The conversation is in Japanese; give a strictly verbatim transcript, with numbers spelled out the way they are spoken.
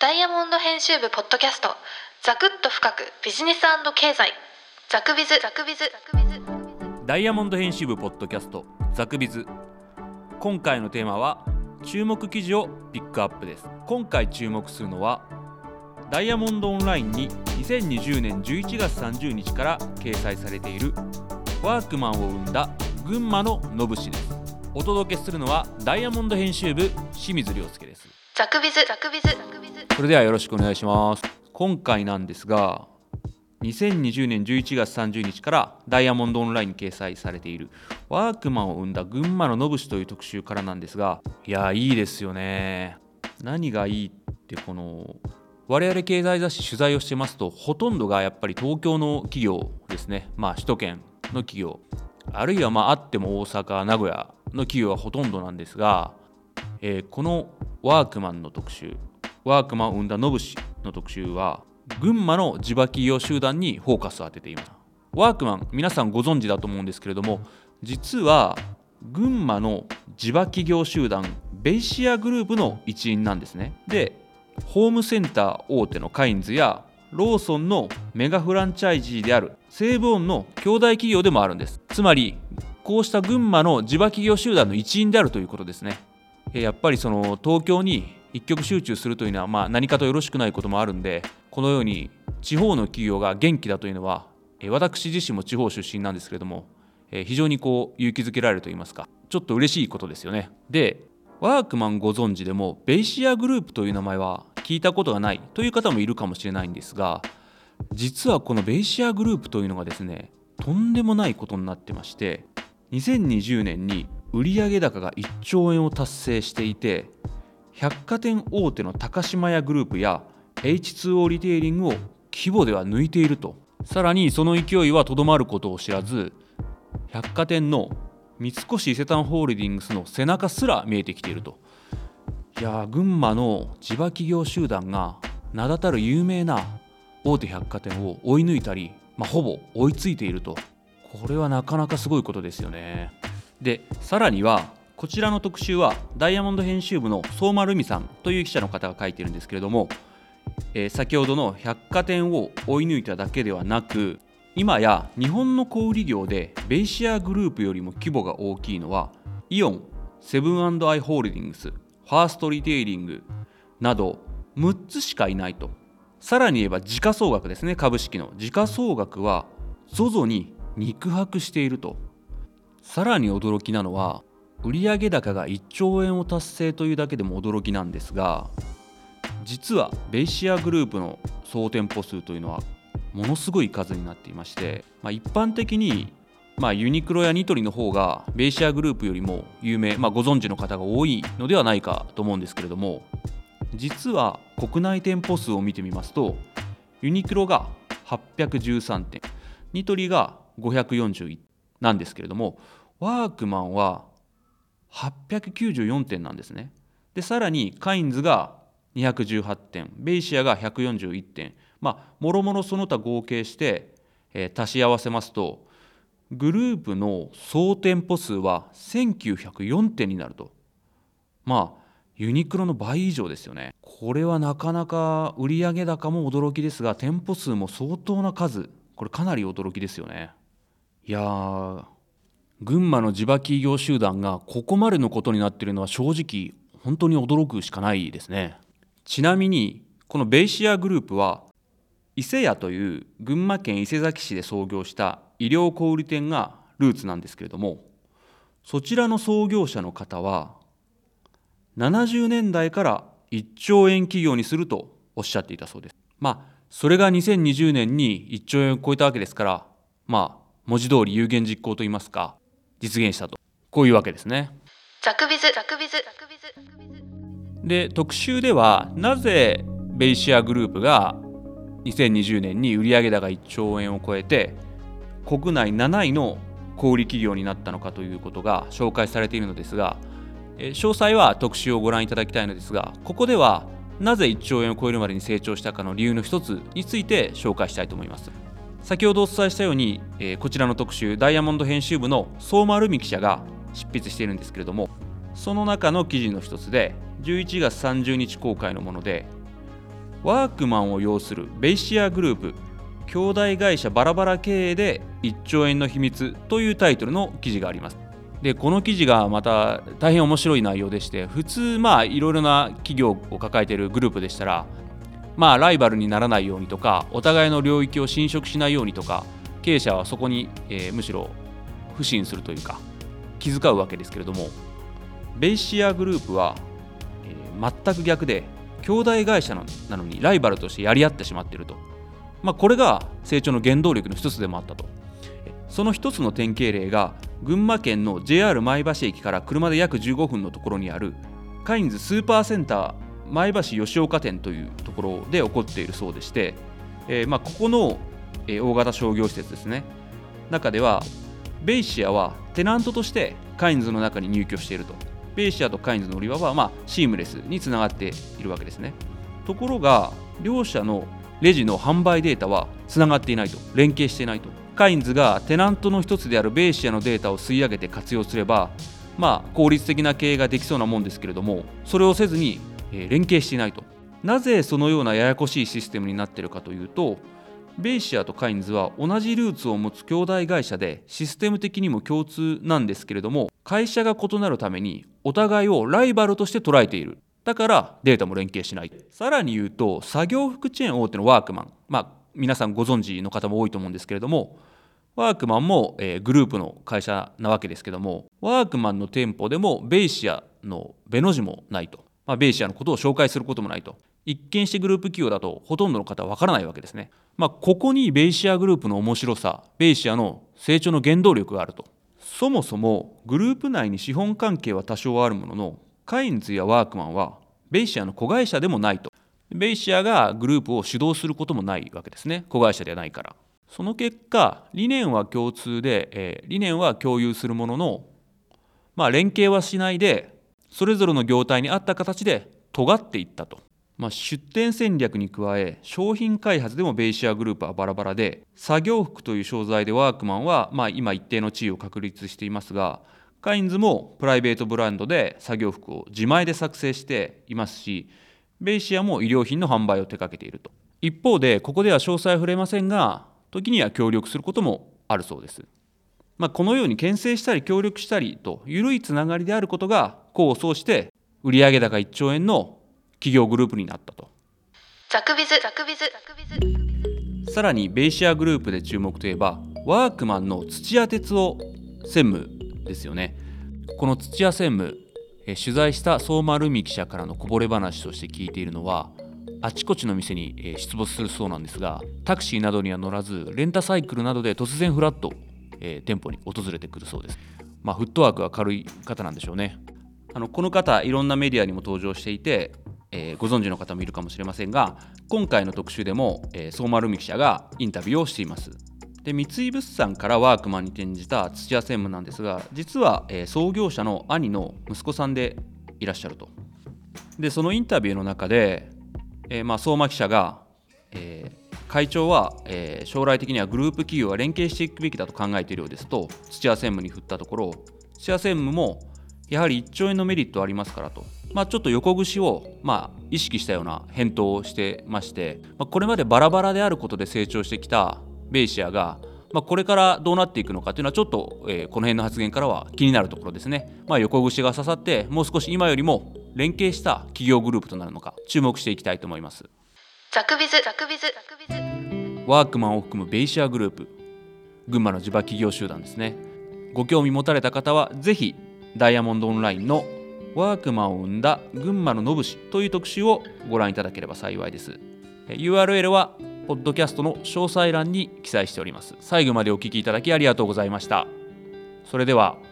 ダイヤモンド編集部ポッドキャスト、ザクッと深くビジネス&経済、ザクビズザクビズザクビズダイヤモンド編集部ポッドキャスト、ザクビズ。今回のテーマは注目記事をピックアップです。今回注目するのはダイヤモンドオンラインににせんにじゅうねんじゅういちがつさんじゅうにちから掲載されているワークマンを生んだ群馬のノブ氏です。お届けするのはダイヤモンド編集部清水亮介です。 ザクビズザクビズザクビズ。 それではよろしくお願いします。今回なんですが、にせんにじゅうねんじゅういちがつさんじゅうにちからダイヤモンドオンラインに掲載されているワークマンを生んだ群馬のノブ氏という特集からなんですが、いやいいですよね。何がいいって、この我々経済雑誌取材をしてますと、ほとんどがやっぱり東京の企業ですね。まあ首都圏の企業、あるいはまああっても大阪名古屋の企業はほとんどなんですが、えー、このワークマンの特集、ワークマンを生んだノブ氏の特集は群馬の地場企業集団にフォーカスを当てています。ワークマン、皆さんご存知だと思うんですけれども、実は群馬の地場企業集団ベイシアグループの一員なんですね。で、ホームセンター大手のカインズやローソンのメガフランチャイジーである西武音の兄弟企業でもあるんです。つまりこうした群馬の地場企業集団の一員であるということですね。やっぱりその東京に一極集中するというのは、まあ何かとよろしくないこともあるんで、このように地方の企業が元気だというのは、私自身も地方出身なんですけれども、非常にこう勇気づけられるといいますか、ちょっと嬉しいことですよね。で、ワークマンご存知でもベイシアグループという名前は聞いたことがないという方もいるかもしれないんですが、実はこのベイシアグループというのがですね、とんでもないことになってまして、にせんにじゅうねんに売上高がいっちょうえんを達成していて、百貨店大手の高島屋グループや エイチツーオー リテイリングを規模では抜いていると。さらにその勢いはとどまることを知らず、百貨店の三越伊勢丹ホールディングスの背中すら見えてきていると。いや、群馬の地場企業集団が名だたる有名な大手百貨店を追い抜いたり、まあ、ほぼ追いついていると。これはなかなかすごいことですよね。で、さらにはこちらの特集はダイヤモンド編集部の相馬留美さんという記者の方が書いているんですけれども、えー、先ほどの百貨店を追い抜いただけではなく、今や日本の小売業でベイシアグループよりも規模が大きいのはイオン、セブン&アイ・ホールディングス、ファーストリテイリングなどむっつしかいないと。さらに言えば時価総額ですね。株式の時価総額は ゾゾ に肉薄していると。さらに驚きなのは、売上高がいっちょうえんを達成というだけでも驚きなんですが、実はベイシアグループの総店舗数というのはものすごい数になっていまして、まあ、一般的に、まあ、ユニクロやニトリの方がベイシアグループよりも有名、まあ、ご存知の方が多いのではないかと思うんですけれども、実は国内店舗数を見てみますと、ユニクロがはっぴゃくじゅうさんてん、ニトリがごひゃくよんじゅういちなんですけれども、ワークマンははっぴゃくきゅうじゅうよんてんなんですね。で、さらにカインズがにひゃくじゅうはちてん、ベイシアがひゃくよんじゅういちてん、まあもろもろその他合計して、えー、足し合わせますと、グループの総店舗数はせんきゅうひゃくよんてんになると。まあユニクロの倍以上ですよね。これはなかなか売上高も驚きですが、店舗数も相当な数、これかなり驚きですよね。いやー、群馬の地場企業集団がここまでのことになっているのは正直本当に驚くしかないですね。ちなみにこのベイシアグループは伊勢屋という群馬県伊勢崎市で創業した衣料小売店がルーツなんですけれども、そちらの創業者の方はななじゅうねんだいからいっちょうえん企業にするとおっしゃっていたそうです。まあそれがにせんにじゅうねんにいっちょうえんを超えたわけですから、まあ文字通り有言実行といいますか、実現したと、こういうわけですね。 ザクビズザクビズザクビズザクビズ。 で、特集ではなぜベイシアグループがにせんにじゅうねんに売上高いっちょうえんを超えて国内なないの小売企業になったのかということが紹介されているのですが、え詳細は特集をご覧いただきたいのですが、ここではなぜいっちょうえんを超えるまでに成長したかの理由の一つについて紹介したいと思います。先ほどお伝えしたように、えー、こちらの特集、ダイヤモンド編集部の相馬留美記者が執筆しているんですけれども、その中の記事の一つでじゅういちがつさんじゅうにち公開のもので、 ワークマンを擁するベイシアグループ兄弟会社バラバラ経営でいっちょうえんの秘密というタイトルの記事があります。でこの記事がまた大変面白い内容でして、普通まあいろいろな企業を抱えているグループでしたら、まあライバルにならないようにとか、お互いの領域を侵食しないようにとか、経営者はそこに、えー、むしろ不信するというか気遣うわけですけれども、ベイシアグループは、えー、全く逆で、兄弟会社なのにライバルとしてやり合ってしまっていると、まあ、これが成長の原動力の一つでもあったと。その一つの典型例が群馬県の ジェイアール 前橋駅から車で約じゅうごふんのところにあるカインズスーパーセンター前橋吉岡店というところで起こっているそうでして、えーまあ、ここの、えー、大型商業施設ですね、中ではベイシアはテナントとしてカインズの中に入居していると。ベイシアとカインズの売り場は、まあ、シームレスにつながっているわけですね。ところが両社のレジの販売データはつながっていないと、連携していないと。カインズがテナントの一つであるベイシアのデータを吸い上げて活用すれば、まあ、効率的な経営ができそうなもんですけれども、それをせずに、えー、連携していないと。なぜそのようなややこしいシステムになっているかというと、ベイシアとカインズは同じルーツを持つ兄弟会社でシステム的にも共通なんですけれども、会社が異なるためにお互いをライバルとして捉えている。だからデータも連携しない。さらに言うと、作業服チェーン大手のワークマン、まあ皆さんご存知の方も多いと思うんですけれども、ワークマンも、えー、グループの会社なわけですけども、ワークマンの店舗でもベイシアのベの字もないと、まあ、ベイシアのことを紹介することもないと。一見してグループ企業だとほとんどの方は分からないわけですね。まあ、ここにベイシアグループの面白さ、ベイシアの成長の原動力があると。そもそもグループ内に資本関係は多少あるものの、カインズやワークマンはベイシアの子会社でもないと。ベイシアがグループを主導することもないわけですね。子会社ではないから。その結果、理念は共通で、えー、理念は共有するものの、まあ、連携はしないで、それぞれの業態に合った形で尖っていったと。まあ、出店戦略に加え、商品開発でもベイシアグループはバラバラで、作業服という商材でワークマンは、まあ、今一定の地位を確立していますが、カインズもプライベートブランドで作業服を自前で作成していますし、ベイシアも衣料品の販売を手掛けていると。一方で、ここでは詳細は触れませんが、時には協力することもあるそうです。まあ、このように牽制したり協力したりと緩いつながりであることが功を奏して売上高いっちょうえんの企業グループになったと。 ザクビズザクビズザクビズ。 さらにベイシアグループで注目といえば、ワークマンの土屋哲夫専務ですよね。この土屋専務、え取材した相馬ルミ記者からのこぼれ話として聞いているのは、あちこちの店に出没するそうなんですが、タクシーなどには乗らずレンタサイクルなどで突然フラッと、えー、店舗に訪れてくるそうです。まあ、フットワークが軽い方なんでしょうね。あのこの方、いろんなメディアにも登場していて、えー、ご存知の方もいるかもしれませんが、今回の特集でも、えー、相馬ルミ記者がインタビューをしています。で、三井物産からワークマンに転じた土屋専務なんですが、実は、えー、創業者の兄の息子さんでいらっしゃると。で、そのインタビューの中で、えーまあ、相馬記者が、えー、会長は、えー、将来的にはグループ企業が連携していくべきだと考えているようですと土屋専務に振ったところ、土屋専務もやはりいっちょうえんのメリットありますからと、まあ、ちょっと横串を、まあ、意識したような返答をしてまして、まあ、これまでバラバラであることで成長してきたベイシアが、まあ、これからどうなっていくのかというのはちょっと、えー、この辺の発言からは気になるところですね。まあ、横串が刺さってもう少し今よりも連携した企業グループとなるのか注目していきたいと思います。 ザクビズザクビズザクビズ。 ワークマンを含むベイシアグループ、群馬の地場企業集団ですね。ご興味持たれた方はぜひダイヤモンドオンラインのワークマンを生んだ群馬の野節という特集をご覧いただければ幸いです。 ユーアールエル はポッドキャストの詳細欄に記載しております。最後までお聞きいただきありがとうございました。それでは